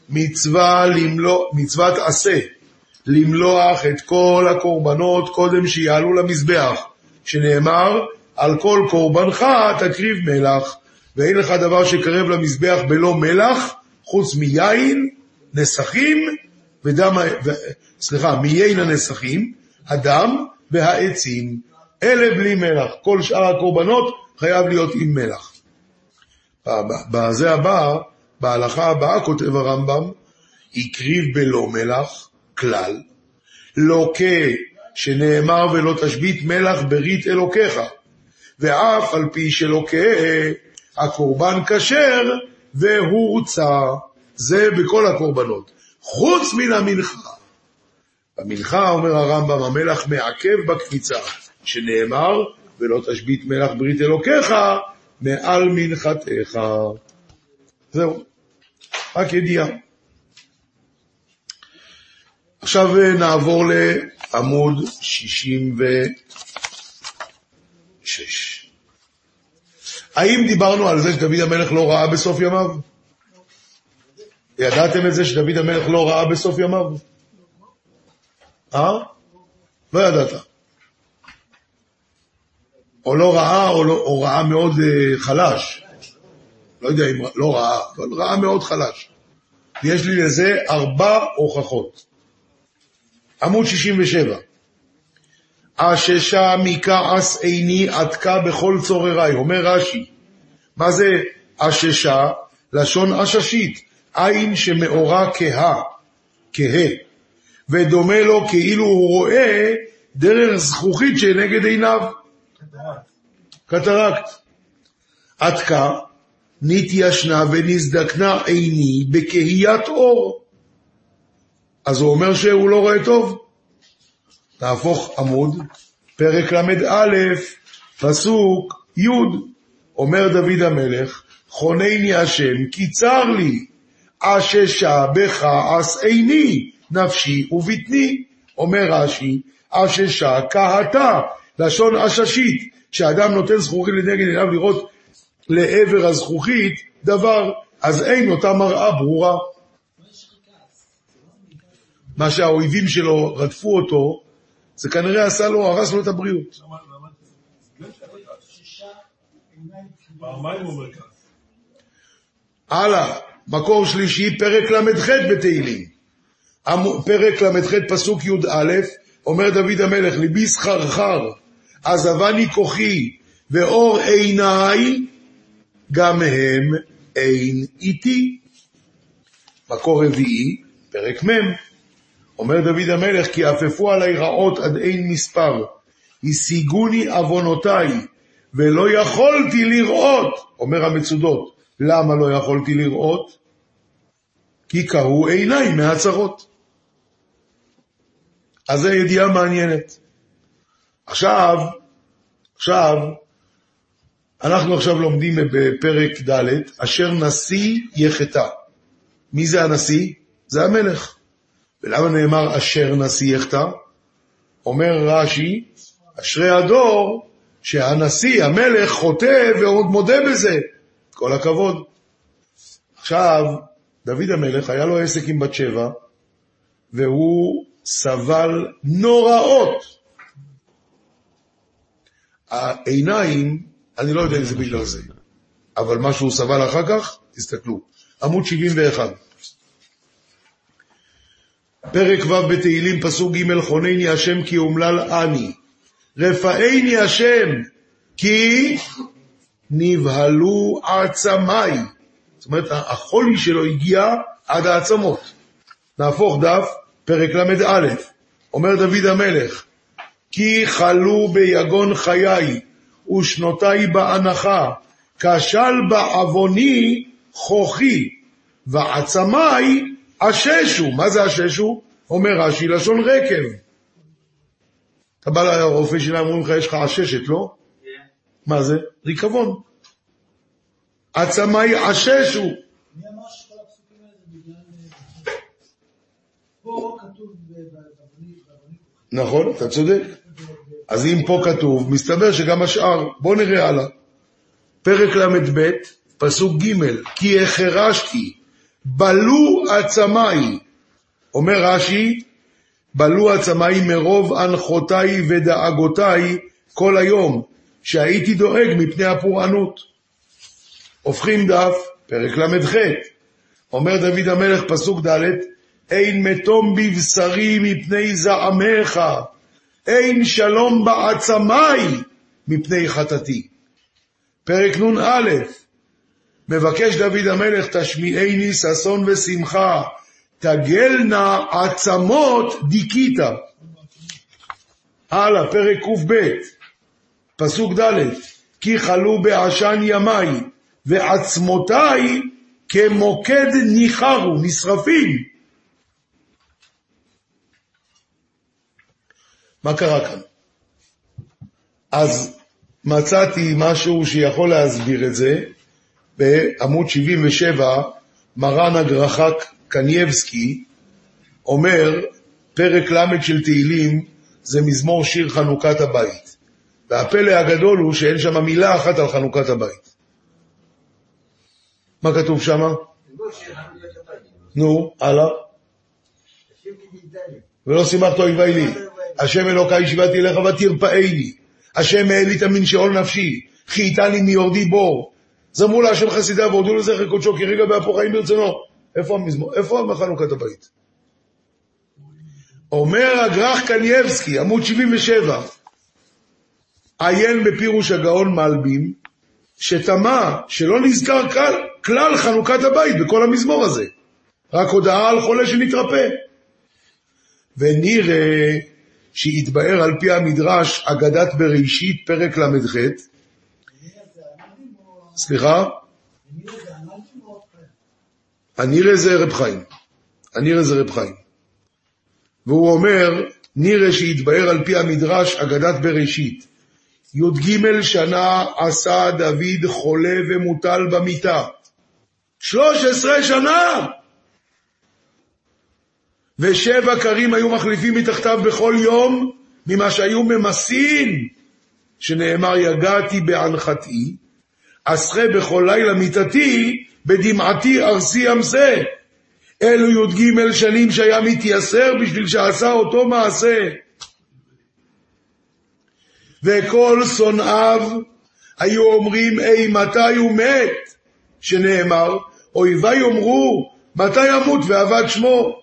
מצוות עשה, למלוח את כל הקורבנות קודם שיעלו למזבח, שנאמר, על כל קורבנך תקריב מלח, ואין לך דבר שקרב למזבח בלא מלח, חוץ מיין, נסכים, מיין הנסכים, הדם והעצים, אלה בלי מלח. כל שאר הקורבנות חייב להיות עם מלח. בזה הבא, בהלכה הבאה כותב הרמב"ם, יקריב בלא מלח, כלל, לוקה שנאמר ולא תשבית מלח ברית אלוקיך, ואף על פי שלוקה הקורבן כשר והורצה, זה בכל הקורבנות, חוץ מן המנחה. במנחה אומר הרמב"ם, המלח מעכב בקפיצה, שנאמר ולא תשבית מלח ברית אלוקיך מעל מנחתך. זהו, רק ידיעה. עכשיו נעבור לעמוד 66. האם דיברנו על זה שדוד המלך לא ראה בסוף ימיו? ידעתם את זה שדוד המלך לא ראה בסוף ימיו? לא ידעת. או לא ראה, או ראה מאוד חלש. לא יודע אם לא ראה, אבל ראה מאוד חלש. יש לי לזה 4 הוכחות. עמוד 67. אששה מכעס איני עתקה בכל צורריי. אומר רש"י, מה זה אששה? לשון אששית, עין שמאורה כהה, ודומה לו כאילו הוא רואה דרך זכוכית שנגד עיניו. קטרקט. עתקה נתיישנה ונזדקנה עיני בכהיית אור. אז הוא אומר שהוא לא רואה טוב. נהפוך עמוד, פרק למד א', פסוק י', אומר דוד המלך, חונני השם כי צר לי, אששה בכעס עיני, נפשי ובטני. אומר רש"י, אששה כהתה, לשון אששית, כשאדם נותן זכוכית לנגד עיניו לראות לעבר הזכוכית דבר, אז אין אותה מראה ברורה. מה שהאויבים שלו רדפו אותו, זה כנראה עשה לו, הרס לו את הבריאות. הלאה, מקור שלישי, פרק למ"ח בתהילים. פרק למ"ח פסוק י"א, אומר דוד המלך, ליבי סחרחר, עזבני כוחי, ואור עיניי, גם הם אין איתי. מקור רביעי, פרק מ', אומר דוד המלך, כי אפפו עלי רעות עד אין מספר, השיגוני עוונותיי, ולא יכולתי לראות. אומר המצודות, למה לא יכולתי לראות? כי קהו עיניי מהצרות. אז זו ידיעה מעניינת. עכשיו, אנחנו עכשיו לומדים בפרק ד', אשר נשיא יחטא. מי זה הנשיא? זה המלך. ולמה נאמר אשר נשיא יחטא? אומר רש"י, אשרי הדור שהנשיא, המלך, חוטא ועוד מודה בזה. כל הכבוד. עכשיו, דוד המלך היה לו עסק עם בת שבע, והוא סבל נוראות. העיניים, אני לא יודע אם זה בגלל זה, אבל מה שהוא סבל אחר כך, תסתכלו. עמוד 71. פרק ו' בתהילים, פסוק ג' חונני השם כי אומלל אני. רפאני השם כי נבהלו עצמיי. זאת אומרת, החולי שלו הגיע עד העצמות. נהפוך דף, פרק למד א', אומר דוד המלך, כי חלו ביגון חיי ושנותיי בהנחה, כשל בעווני כוחי, ועצמיי אששו. מה זה אששו? אומר רש"י, לשון רקב. אתה בא לרופא שלה, אומרים לך, יש לך אששת, לא? מה זה? ריקבון. עצמיי אששו. מי אמר שכל הפסוקים האלה זה בגלל... פה כתוב בעווני כוחי. נכון, אתה צודק. אז אם פה כתוב, מסתבר שגם השאר. בוא נראה הלאה. פרק למד ב', פסוק ג', כי החרשתי, בלו עצמיי. אומר רש"י, בלו עצמיי מרוב הנחותיי ודאגותיי כל היום, שהייתי דואג מפני הפורענות. הופכים דף, פרק למד ח', אומר דוד המלך פסוק ד', אין מתום בבשרי מפני זעמך, אין שלום בעצמיי מפני חטאתי. פרק נון א', מבקש דוד המלך, תשמיעני ששון ושמחה, תגלנה עצמות דיכית. הלאה, פרק ק"ב, פסוק ד', כי חלו בעשן ימיי, ועצמותיי כמוקד ניחרו, נשרפים. מה קרה כאן? אז מצאתי משהו שיכול להסביר את זה, בעמוד 77, מרן הגרחק קנייבסקי, אומר, פרק למד של תהילים, זה מזמור שיר חנוכת הבית. והפלא הגדול הוא שאין שם מילה אחת על חנוכת הבית. מה כתוב שם? נו, הלאה. ולא שימחת אויבי לי. השם אלוקי שיבתי אליך ותרפאני. השם העלית מן שאול נפשי. חייתני מיורדי בור. זמרו להשם חסידיו והודיעו לזכר קודשו כי רגע באפו חיים ברצונו. איפה המזמור? איפה חנוכת הבית? אומר הגרח קנייבסקי, עמוד 77, עיין בפירוש הגאון מלבים, שתמה שלא נזכר כלל חנוכת הבית בכל המזמור הזה, רק הודעה על חולה שנתרפא. ונראה שהתבאר על פי המדרש אגדת בראשית פרק למד ח'. סליחה? הנראה זה רב חיים. הנראה זה רב חיים. והוא אומר, נראה שהתבאר על פי המדרש אגדת בראשית. י"ג שנה עשה דוד חולה ומוטל במיטה. 13 שנה! ו7 קרים היו מחליפים מתחתיו בכל יום, ממה שהיו ממסין, שנאמר יגעתי בהנחתי, אסחה בכל לילה מיטתי, בדמעתי ארסי אמסה. אלו י"ג שנים שהיה מתייסר בשביל שעשה אותו מעשה. וכל שונאיו היו אומרים, מתי הוא מת? שנאמר, אויבי יאמרו, מתי ימות ועבד שמו?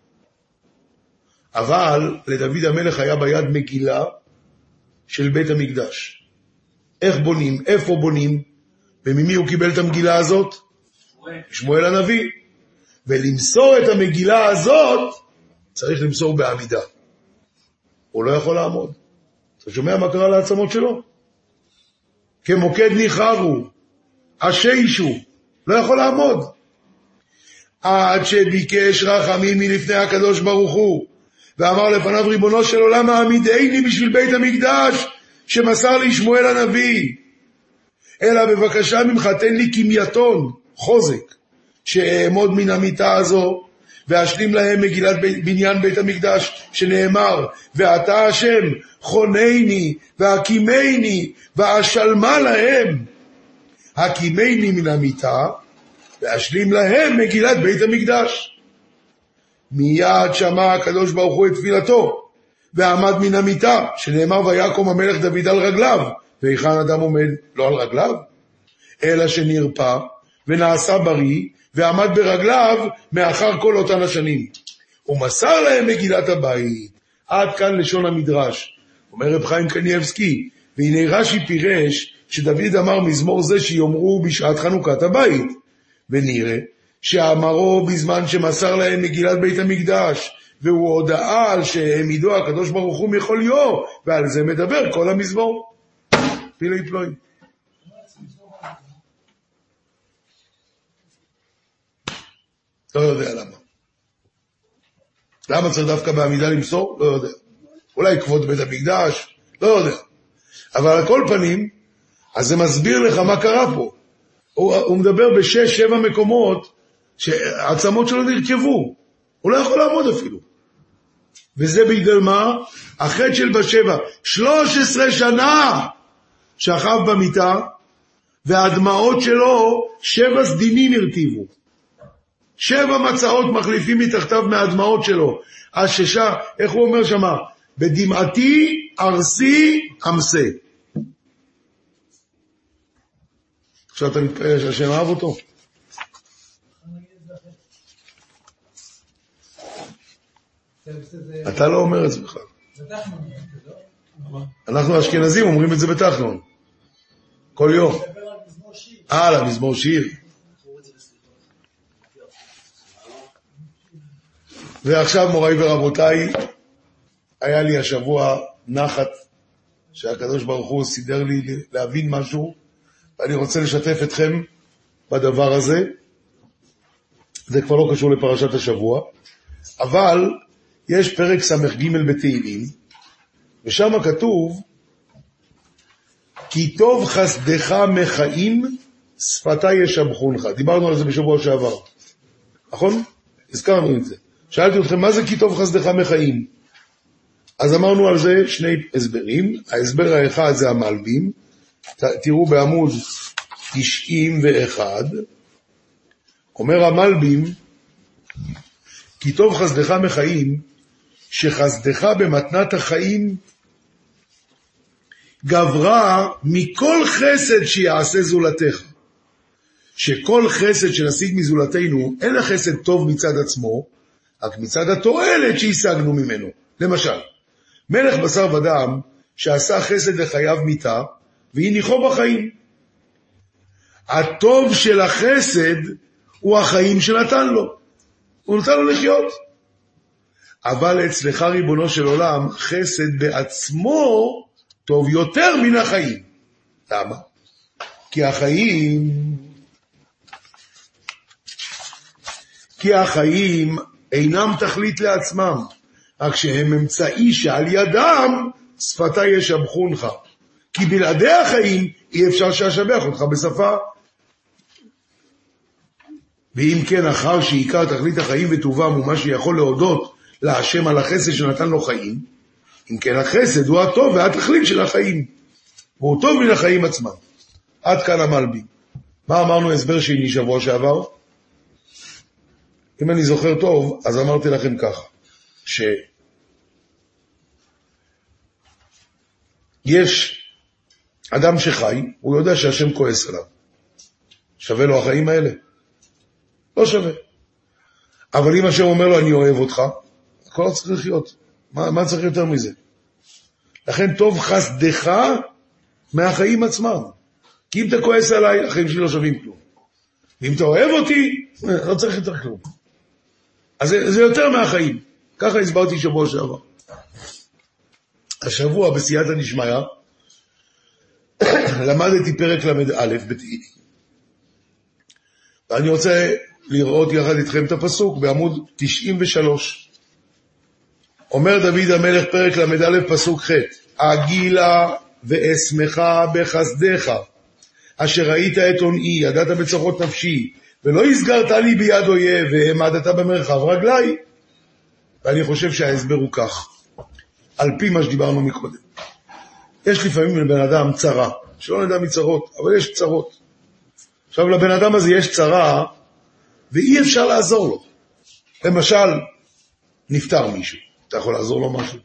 אבל לדוד המלך היה ביד מגילה של בית המקדש. איך בונים? איפה בונים? וממי הוא קיבל את המגילה הזאת? שמואל הנביא. ולמסור את המגילה הזאת צריך למסור בעמידה. הוא לא יכול לעמוד. אתה שומע מה קרה לעצמות שלו? כמוקד ניחרו, אששו, לא יכול לעמוד. עד שביקש רחמים מלפני הקדוש ברוך הוא, ואמר לפניו ריבונו של עולם העמידני בשביל בית המקדש שמסר לי שמואל הנביא. אלא בבקשה ממך תן לי כמייתון, חוזק, שאעמוד מן המיטה הזו, ואשלים להם מגילת בניין בית המקדש, שנאמר, ואתה השם חונני והקימני ואשלמה להם. הקימני מן המיטה, ואשלים להם מגילת בית המקדש. מיד שמע הקדוש ברוך הוא את תפילתו, ועמד מן המיטה, שנאמר ויקום המלך דוד על רגליו, והיכן אדם עומד לא על רגליו, אלא שנרפא ונעשה בריא, ועמד ברגליו מאחר כל אותן השנים. ומסר להם מגילת הבית. עד כאן לשון המדרש. אומר רב חיים קניאבסקי, והנה רש"י פירש שדוד אמר מזמור זה שיאמרו בשעת חנוכת הבית, ונראה שאמרו בזמן שמסר להם מגילת בית המקדש, והוא הודעה על שהעמידו הקדוש ברוך הוא מחוליו, ועל זה מדבר כל המזמור. פילי פלוי. לא יודע למה. למה צריך דווקא בעמידה למסור? לא יודע. אולי כבוד בית המקדש? לא יודע. אבל על כל פנים, אז זה מסביר לך מה קרה פה. הוא מדבר ב6-7 מקומות שהעצמות שלו נרכבו. הוא לא יכול לעמוד אפילו. וזה בגלל מה? החטא של בשבע. 13 שנה שכב במיטה, והדמעות שלו 7 סדינים הרטיבו. 7 מצעות מחליפים מתחתיו מהדמעות שלו. הששה, איך הוא אומר שמה? בדמעתי ארסי אמסה. עכשיו אתה מתפעל שהשם אהב אותו. אתה לא אומר את זה בכלל. אנחנו האשכנזים אומרים את זה בתחנון. כל יום. למזמור שיר. ועכשיו מוריי ורבותיי, היה לי השבוע נחת שהקדוש ברוך הוא סידר לי להבין משהו, ואני רוצה לשתף אתכם בדבר הזה. זה כבר לא קשור לפרשת השבוע, אבל יש פרק ס"ג בתהילים, ושם כתוב, כי טוב חסדך מחיים, שפתי ישבחונך. דיברנו על זה בשבוע שעבר, נכון? הזכרנו את זה. שאלתי אתכם, מה זה כי טוב חסדך מחיים? אז אמרנו על זה 2 הסברים. ההסבר האחד זה המלבים. תראו בעמוד 91. אומר המלבים, כי טוב חסדך מחיים, שחסדך במתנת החיים גברה מכל חסד שיעשה זולתך. שכל חסד שנשיג מזולתנו, אין החסד טוב מצד עצמו, רק מצד התועלת שהשגנו ממנו. למשל, מלך בשר ודם שעשה חסד לחייו מיתה, והניחו בחיים. הטוב של החסד הוא החיים שנתן לו. הוא נתן לו לחיות. אבל אצלך ריבונו של עולם, חסד בעצמו טוב יותר מן החיים. למה? כי החיים אינם תכלית לעצמם, רק שהם אמצעי שעל ידם שפתי ישבחונך. כי בלעדי החיים אי אפשר שישבח אותך בשפה. ואם כן, אחר שעיקר תכלית החיים וטובם הוא מה שיכול להודות להשם על החסד שנתן לו חיים, אם כן החסד הוא הטוב והתכלית של החיים, והוא טוב מן החיים עצמם. עד כאן המלבים. מה אמרנו הסבר שני שבוע שעבר? אם אני זוכר טוב, אז אמרתי לכם ככה, שיש אדם שחי, הוא יודע שהשם כועס עליו. שווה לו החיים האלה? לא שווה. אבל אם השם אומר לו, אני אוהב אותך, הכל לא צריך לחיות. מה צריך יותר מזה? לכן טוב חסדך מהחיים עצמם. כי אם אתה כועס עליי, החיים שלי לא שווים כלום. ואם אתה אוהב אותי, לא צריך יותר כלום. אז זה יותר מהחיים. ככה הסברתי שבוע שעבר. השבוע בסייעתא דשמיא למדתי פרק ל"א בתהילים. ואני רוצה לראות יחד איתכם את הפסוק בעמוד 93. אומר דוד המלך פרק ל"א פסוק ח' אגילה ואשמך בחסדך אשר ראית את עונאי, ידעת בצרות נפשי, ולא הסגרת לי ביד אויב, והעמדת במרחב רגלי. ואני חושב שההסבר הוא כך, על פי מה שדיברנו מקודם. יש לפעמים לבן אדם צרה, שלא נדע מצרות, אבל יש צרות. עכשיו לבן אדם הזה יש צרה ואי אפשר לעזור לו. למשל, נפטר מישהו, אתה יכול לעזור לו משהו?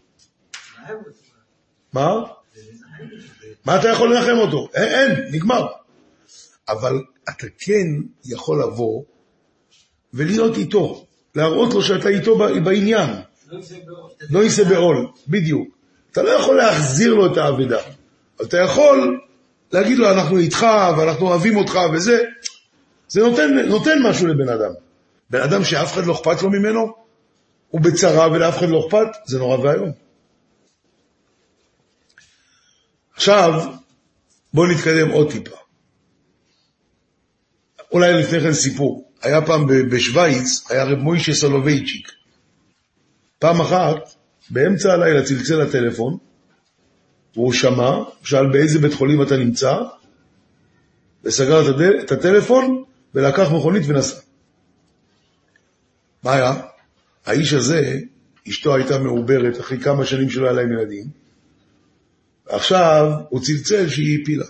מה? מה אתה יכול לנחם אותו? אין, נגמר. אבל אתה כן יכול לבוא ולהיות איתו, להראות לו שאתה איתו בעניין. לא יישא בעול, בדיוק. אתה לא יכול להחזיר לו את העבודה, אבל אתה יכול להגיד לו, אנחנו איתך ואנחנו אוהבים אותך וזה. זה נותן משהו לבן אדם. בן אדם שאף אחד לא אכפת לו ממנו, הוא בצרה ולאף אחד לא אכפת, זה נורא והיום. עכשיו, בואו נתקדם עוד טיפה. אולי לפני כן סיפור. היה פעם בשוויץ, היה רב מוישה סולובייצ'יק. פעם אחת, באמצע הלילה צלצל הטלפון, והוא שמע, שאל באיזה בית חולים אתה נמצא, וסגר את הטלפון, ולקח מכונית ונסע. מה היה? האיש הזה, אשתו הייתה מעוברת, אחרי כמה שנים שלא היה להם ילדים, ועכשיו הוא צלצל שהיא הפילה.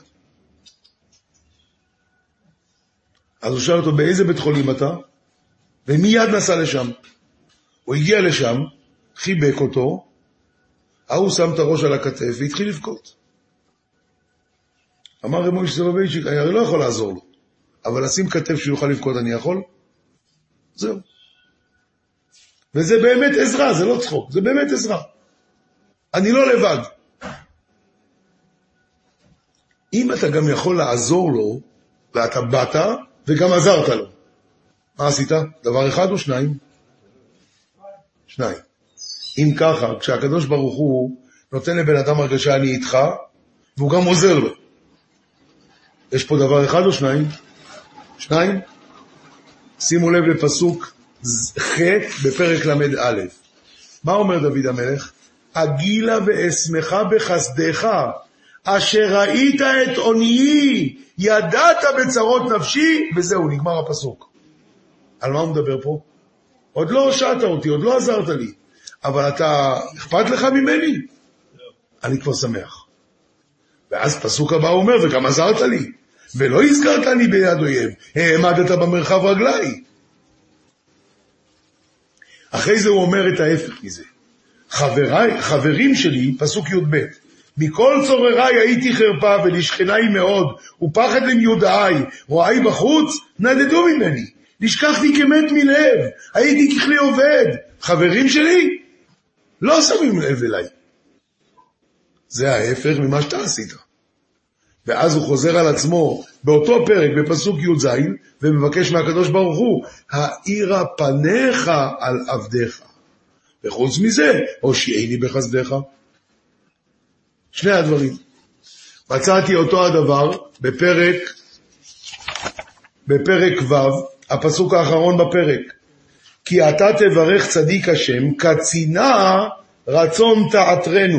אז הוא שאל אותו, באיזה בית חולים אתה? ומיד נסע לשם. הוא הגיע לשם, חיבק אותו, הוא שם את הראש על הכתף והתחיל לבכות. אמר רב מוישה סולובייצ'יק, אני הרי לא יכול לעזור לו, אבל לשים כתף שיוכל לבכות אני יכול? זהו. וזה באמת עזרה, זה לא צחוק, זה באמת עזרה. אני לא לבד. אם אתה גם יכול לעזור לו, ואתה באת, וגם עזרת לו. מה עשית? דבר אחד או שניים? שניים. אם ככה, כשהקדוש ברוך הוא נותן לבן אדם הרגשה אני איתך, והוא גם עוזר לו. יש פה דבר אחד או שניים? שניים? שימו לב לפסוק ח' בפרק למד א'. מה אומר דוד המלך? אגילה ואשמחה בחסדך, אשר ראית את עוניי, ידעת בצרות נפשי, וזהו, נגמר הפסוק. על מה הוא מדבר פה? עוד לא הושעת אותי, עוד לא עזרת לי, אבל אתה, אכפת לך ממני? אני כבר שמח. ואז פסוק הבא אומר, וגם עזרת לי, ולא הזכרת לי ביד אויב, העמדת במרחב רגליי. אחרי זה הוא אומר את ההפך מזה. חברים שלי, פסוק י"ב, מכל צורריי הייתי חרפה ולשכניי מאוד, ופחד למיודעי, רואי בחוץ, נדדו ממני. נשכחתי כמת מלב, הייתי ככלי עובד. חברים שלי לא שמים לב אליי. זה ההפך ממה שאתה עשית. ואז הוא חוזר על עצמו באותו פרק בפסוק י"ז, ומבקש מהקדוש ברוך הוא, האירה פניך על עבדיך. וחוץ מזה, הושיעני בחסדך. שני הדברים. מצאתי אותו הדבר בפרק ו', הפסוק האחרון בפרק. כי אתה תברך צדיק השם, קצינה רצון תעטרנו.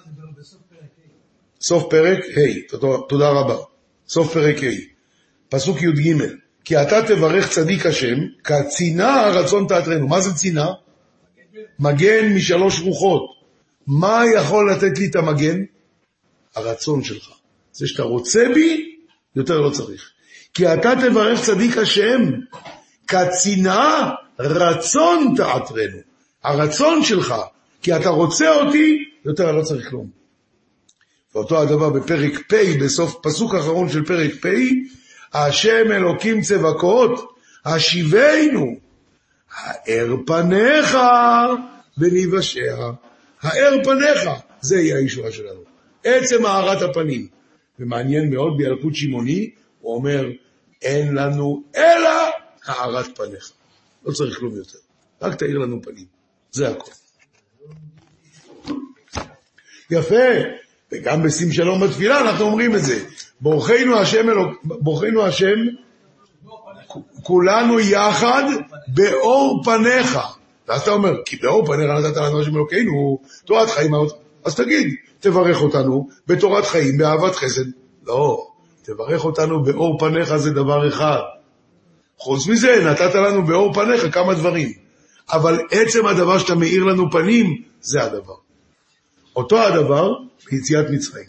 סוף פרק ה', תודה רבה. סוף פרק ה', פסוק י"ג. כי אתה תברך צדיק השם, קצינה רצון תעטרנו. מה זה צינה? מגן משלוש רוחות. מה יכול לתת לי את המגן? הרצון שלך. זה שאתה רוצה בי, יותר לא צריך. כי אתה תברך צדיק השם, קצינה רצון תעטרנו. הרצון שלך, כי אתה רוצה אותי, יותר לא צריך כלום. ואותו הדבר בפרק פ', בסוף פסוק האחרון של פרק פ', השם אלוקים צבקות, השיבנו, האר פניך וניוושע. האר פניך, זה יהיה הישועה שלנו. עצם הארת הפנים. ומעניין מאוד בילקוט שמעוני, הוא אומר, אין לנו אלא הארת פניך. לא צריך כלום יותר. רק תאיר לנו פנים. זה הכל. יפה. וגם בשים שלום בתפילה אנחנו אומרים את זה. בורכנו השם, כולנו יחד באור פניך. ואז אתה אומר, כי באור פניך נתת לנו השם אלוקינו, תורת חיים. אז תגיד, תברך אותנו בתורת חיים, באהבת חסד. לא, תברך אותנו באור פניך זה דבר אחד. חוץ מזה, נתת לנו באור פניך כמה דברים. אבל עצם הדבר שאתה מאיר לנו פנים, זה הדבר. אותו הדבר ביציאת מצרים.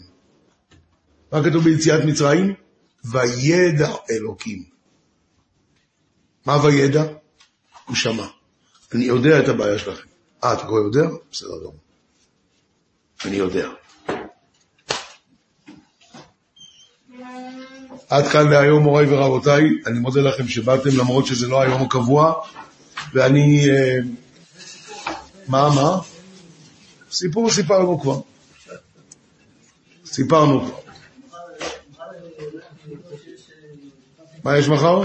מה כתוב ביציאת מצרים? וידע אלוקים. מה וידע? הוא שמע. אני יודע את הבעיה שלכם. אתה כבר יודע? בסדר גמור. אני יודע. עד כאן להיום, מוריי ורבותיי. אני מודה לכם שבאתם, למרות שזה לא היום הקבוע. ואני... מה? סיפור סיפרנו כבר. סיפרנו כבר. מה יש מחר?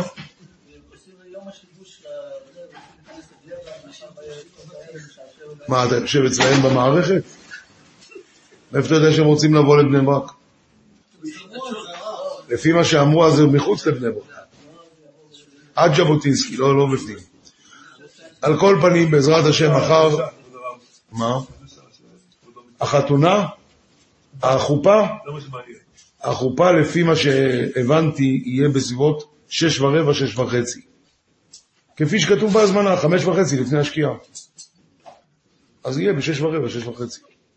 מה, אתה יושב אצלהם במערכת? איפה אתה יודע שהם רוצים לבוא לבני ברק? לפי מה שאמרו, אז זה מחוץ לבני ברק. עד ז'בוטינסקי, לא בפנים. על כל פנים, בעזרת השם מחר... מה? החתונה? החופה? החופה, לפי מה שהבנתי, יהיה בסביבות 6:15, 6:30. כפי שכתוב בהזמנה, 5:30 לפני השקיעה. אז יהיה ב6:15, 6:30.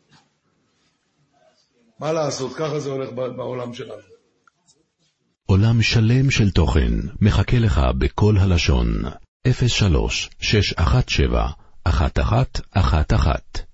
מה לעשות? ככה זה הולך בעולם שלנו. עולם שלם של תוכן מחכה לך בכל הלשון. 03 617 1111